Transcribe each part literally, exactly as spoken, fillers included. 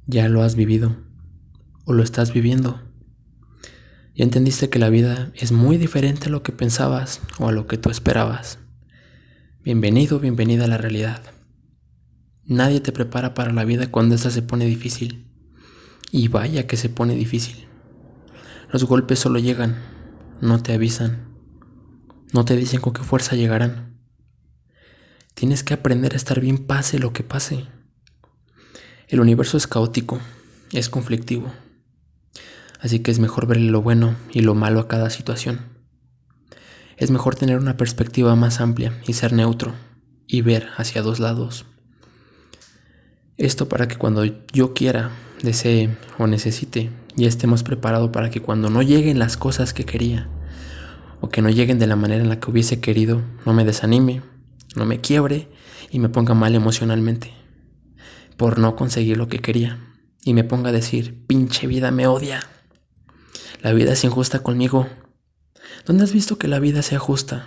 Ya lo has vivido o lo estás viviendo. Ya entendiste que la vida es muy diferente a lo que pensabas o a lo que tú esperabas. Bienvenido, bienvenida a la realidad. Nadie te prepara para la vida cuando esta se pone difícil. Y vaya que se pone difícil. Los golpes solo llegan, no te avisan, no te dicen con qué fuerza llegarán. Tienes que aprender a estar bien pase lo que pase. El universo es caótico, es conflictivo. Así que es mejor verle lo bueno y lo malo a cada situación. Es mejor tener una perspectiva más amplia y ser neutro y ver hacia dos lados. Esto para que cuando yo quiera, desee o necesite, ya estemos preparados para que cuando no lleguen las cosas que quería o que no lleguen de la manera en la que hubiese querido, no me desanime, no me quiebre y me ponga mal emocionalmente por no conseguir lo que quería y me ponga a decir, pinche vida me odia. La vida es injusta conmigo. ¿Dónde has visto que la vida sea justa?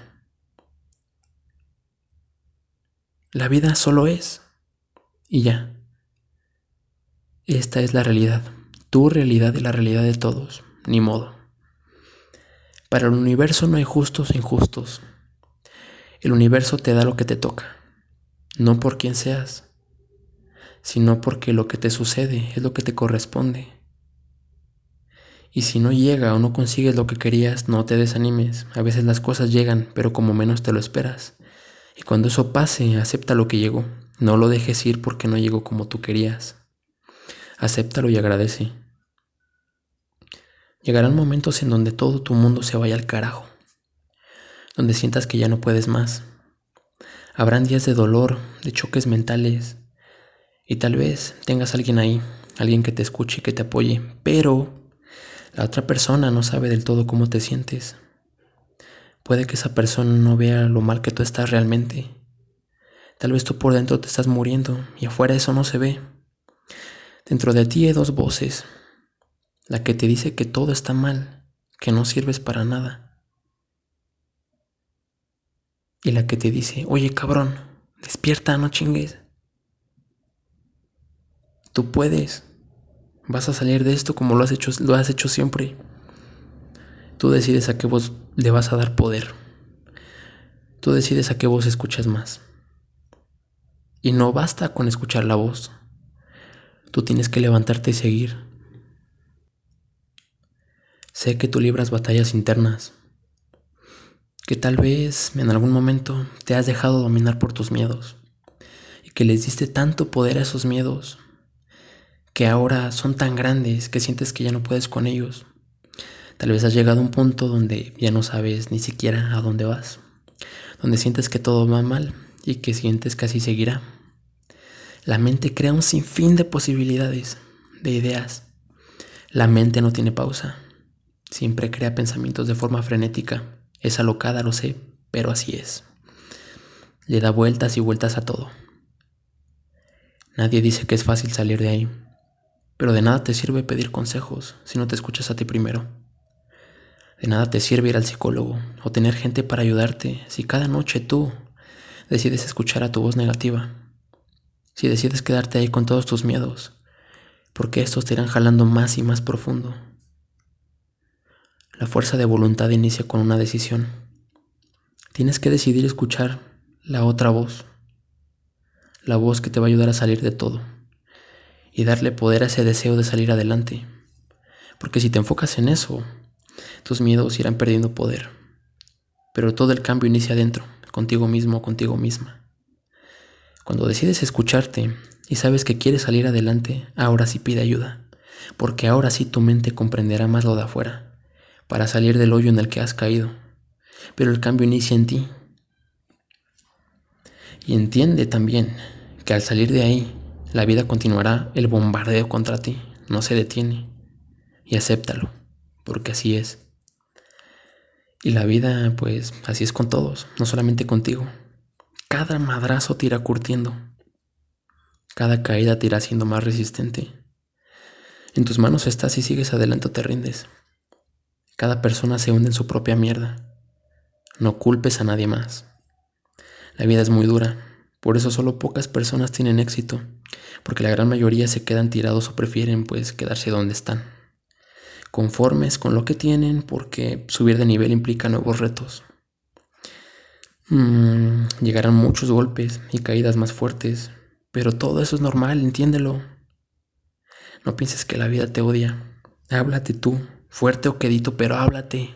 La vida solo es. Y ya. Esta es la realidad. Tu realidad y la realidad de todos. Ni modo. Para el universo no hay justos e injustos. El universo te da lo que te toca. No por quien seas, sino porque lo que te sucede es lo que te corresponde. Y si no llega o no consigues lo que querías, no te desanimes. A veces las cosas llegan, pero como menos te lo esperas. Y cuando eso pase, acepta lo que llegó. No lo dejes ir porque no llegó como tú querías. Acéptalo y agradece. Llegarán momentos en donde todo tu mundo se vaya al carajo, donde sientas que ya no puedes más. Habrán días de dolor, de choques mentales, y tal vez tengas a alguien ahí, alguien que te escuche y que te apoye, pero la otra persona no sabe del todo cómo te sientes. Puede que esa persona no vea lo mal que tú estás realmente. Tal vez tú por dentro te estás muriendo y afuera eso no se ve. Dentro de ti hay dos voces, la que te dice que todo está mal, que no sirves para nada, y la que te dice, oye cabrón, despierta, no chingues. Tú puedes, vas a salir de esto como lo has hecho, lo has hecho siempre. Tú decides a qué voz le vas a dar poder. Tú decides a qué voz escuchas más. Y no basta con escuchar la voz. Tú tienes que levantarte y seguir. Sé que tú libras batallas internas, que tal vez en algún momento te has dejado dominar por tus miedos y que les diste tanto poder a esos miedos que ahora son tan grandes que sientes que ya no puedes con ellos. Tal vez has llegado a un punto donde ya no sabes ni siquiera a dónde vas, donde sientes que todo va mal y que sientes que así seguirá. La mente crea un sinfín de posibilidades, de ideas. La mente no tiene pausa. Siempre crea pensamientos de forma frenética. Es alocada, lo sé, pero así es. Le da vueltas y vueltas a todo. Nadie dice que es fácil salir de ahí, pero de nada te sirve pedir consejos si no te escuchas a ti primero. De nada te sirve ir al psicólogo o tener gente para ayudarte si cada noche tú decides escuchar a tu voz negativa. Si decides quedarte ahí con todos tus miedos, porque estos te irán jalando más y más profundo. La fuerza de voluntad inicia con una decisión. Tienes que decidir escuchar la otra voz, la voz que te va a ayudar a salir de todo y darle poder a ese deseo de salir adelante. Porque si te enfocas en eso, tus miedos irán perdiendo poder. Pero todo el cambio inicia adentro, contigo mismo o contigo misma. Cuando decides escucharte y sabes que quieres salir adelante, ahora sí pide ayuda, porque ahora sí tu mente comprenderá más lo de afuera, para salir del hoyo en el que has caído. Pero el cambio inicia en ti. Y entiende también que al salir de ahí, la vida continuará el bombardeo contra ti, no se detiene. Y acéptalo, porque así es. Y la vida, pues, así es con todos, no solamente contigo. Cada madrazo te irá curtiendo. Cada caída te irá siendo más resistente. En tus manos está si sigues adelante o te rindes. Cada persona se hunde en su propia mierda. No culpes a nadie más. La vida es muy dura, Por eso solo pocas personas tienen éxito, porque la gran mayoría se quedan tirados o prefieren pues quedarse donde están, conformes con lo que tienen, porque subir de nivel implica nuevos retos. Mm, llegarán muchos golpes y caídas más fuertes, pero todo eso es normal, entiéndelo. No pienses que la vida te odia. Háblate tú, fuerte o quedito, pero háblate.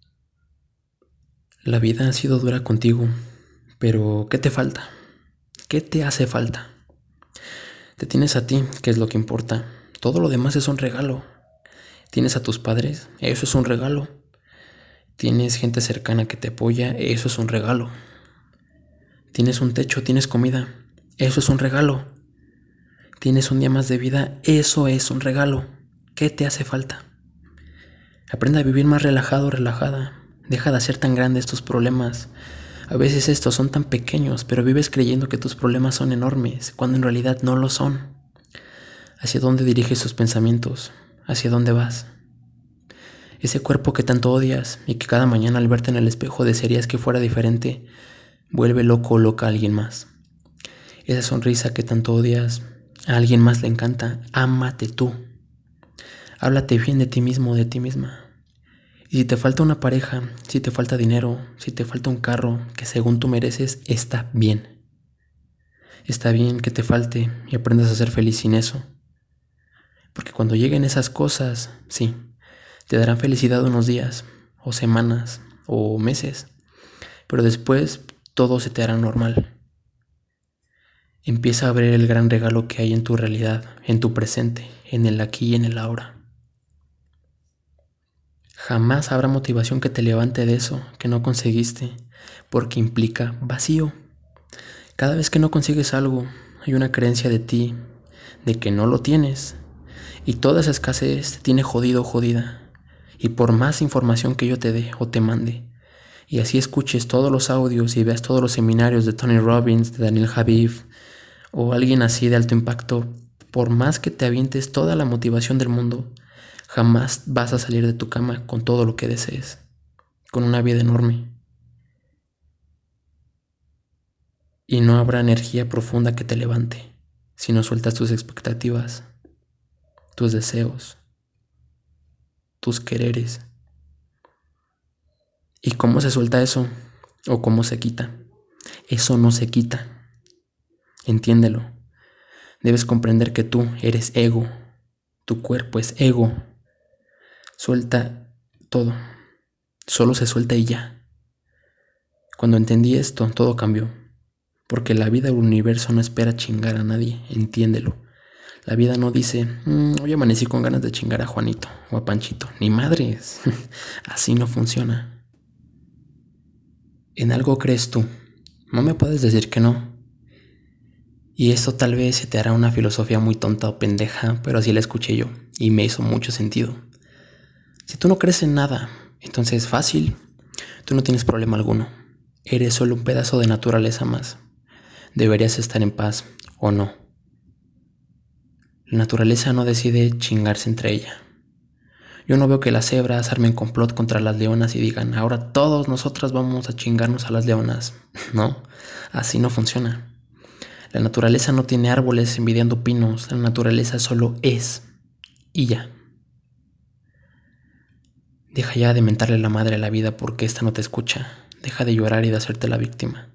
La vida ha sido dura contigo, pero ¿qué te falta? ¿Qué te hace falta? Te tienes a ti, que es lo que importa. Todo lo demás es un regalo. Tienes a tus padres, eso es un regalo. Tienes gente cercana que te apoya, eso es un regalo. Tienes un techo, tienes comida, eso es un regalo. Tienes un día más de vida, eso es un regalo. ¿Qué te hace falta? Aprende a vivir más relajado, relajada. Deja de hacer tan grandes tus problemas. A veces estos son tan pequeños, pero vives creyendo que tus problemas son enormes, cuando en realidad no lo son. ¿Hacia dónde diriges tus pensamientos? ¿Hacia dónde vas? Ese cuerpo que tanto odias y que cada mañana al verte en el espejo desearías que fuera diferente, vuelve loco o loca a alguien más. Esa sonrisa que tanto odias, a alguien más le encanta. Ámate tú. Háblate bien de ti mismo o de ti misma. Y si te falta una pareja, si te falta dinero, si te falta un carro que según tú mereces, está bien. Está bien que te falte y aprendas a ser feliz sin eso. Porque cuando lleguen esas cosas, sí, te darán felicidad unos días, o semanas, o meses. Pero después todo se te hará normal. Empieza a ver el gran regalo que hay en tu realidad, en tu presente, en el aquí y en el ahora. Jamás habrá motivación que te levante de eso que no conseguiste, porque implica vacío. Cada vez que no consigues algo, hay una creencia de ti, de que no lo tienes, y toda esa escasez te tiene jodido o jodida. Y por más información que yo te dé o te mande, y así escuches todos los audios y veas todos los seminarios de Tony Robbins, de Daniel Habib, o alguien así de alto impacto, por más que te avientes toda la motivación del mundo, jamás vas a salir de tu cama con todo lo que desees, con una vida enorme. Y no habrá energía profunda que te levante si no sueltas tus expectativas, tus deseos, tus quereres. ¿Y cómo se suelta eso? ¿O cómo se quita? Eso no se quita. Entiéndelo. Debes comprender que tú eres ego. Tu cuerpo es ego. Suelta todo. Solo se suelta y ya. Cuando entendí esto, todo cambió. Porque la vida o el universo no espera chingar a nadie. Entiéndelo. La vida no dice, mmm, hoy amanecí con ganas de chingar a Juanito o a Panchito. Ni madres. Así no funciona. En algo crees tú. No me puedes decir que no. Y esto tal vez se te hará una filosofía muy tonta o pendeja, pero así la escuché yo y me hizo mucho sentido. Si tú no crees en nada, entonces es fácil. Tú no tienes problema alguno. Eres solo un pedazo de naturaleza más. Deberías estar en paz, ¿o no? La naturaleza no decide chingarse entre ella. Yo no veo que las cebras armen complot contra las leonas y digan, ahora todos nosotras vamos a chingarnos a las leonas. No, así no funciona. La naturaleza no tiene árboles envidiando pinos, la naturaleza solo es y ya. Deja ya de mentarle la madre a la vida porque ésta no te escucha. Deja de llorar y de hacerte la víctima.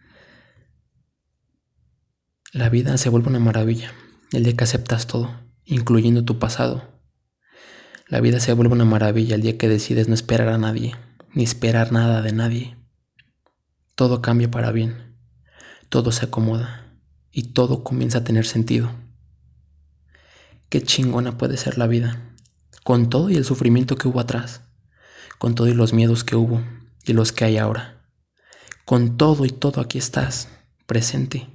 La vida se vuelve una maravilla el día que aceptas todo, incluyendo tu pasado. La vida se vuelve una maravilla el día que decides no esperar a nadie, ni esperar nada de nadie. Todo cambia para bien, todo se acomoda y todo comienza a tener sentido. Qué chingona puede ser la vida, con todo y el sufrimiento que hubo atrás, con todo y los miedos que hubo y los que hay ahora. Con todo y todo aquí estás, presente.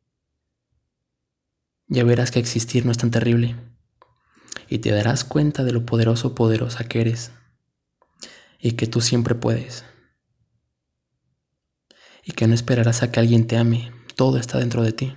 Ya verás que existir no es tan terrible y te darás cuenta de lo poderoso o poderosa que eres y que tú siempre puedes y que no esperarás a que alguien te ame, todo está dentro de ti.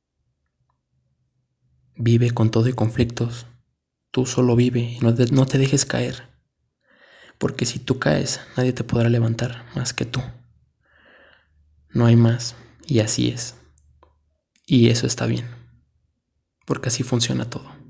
Vive con todo y conflictos, tú solo vive y no te, no te dejes caer, porque si tú caes nadie te podrá levantar más que tú. No hay más y así es. Y eso está bien, porque así funciona todo.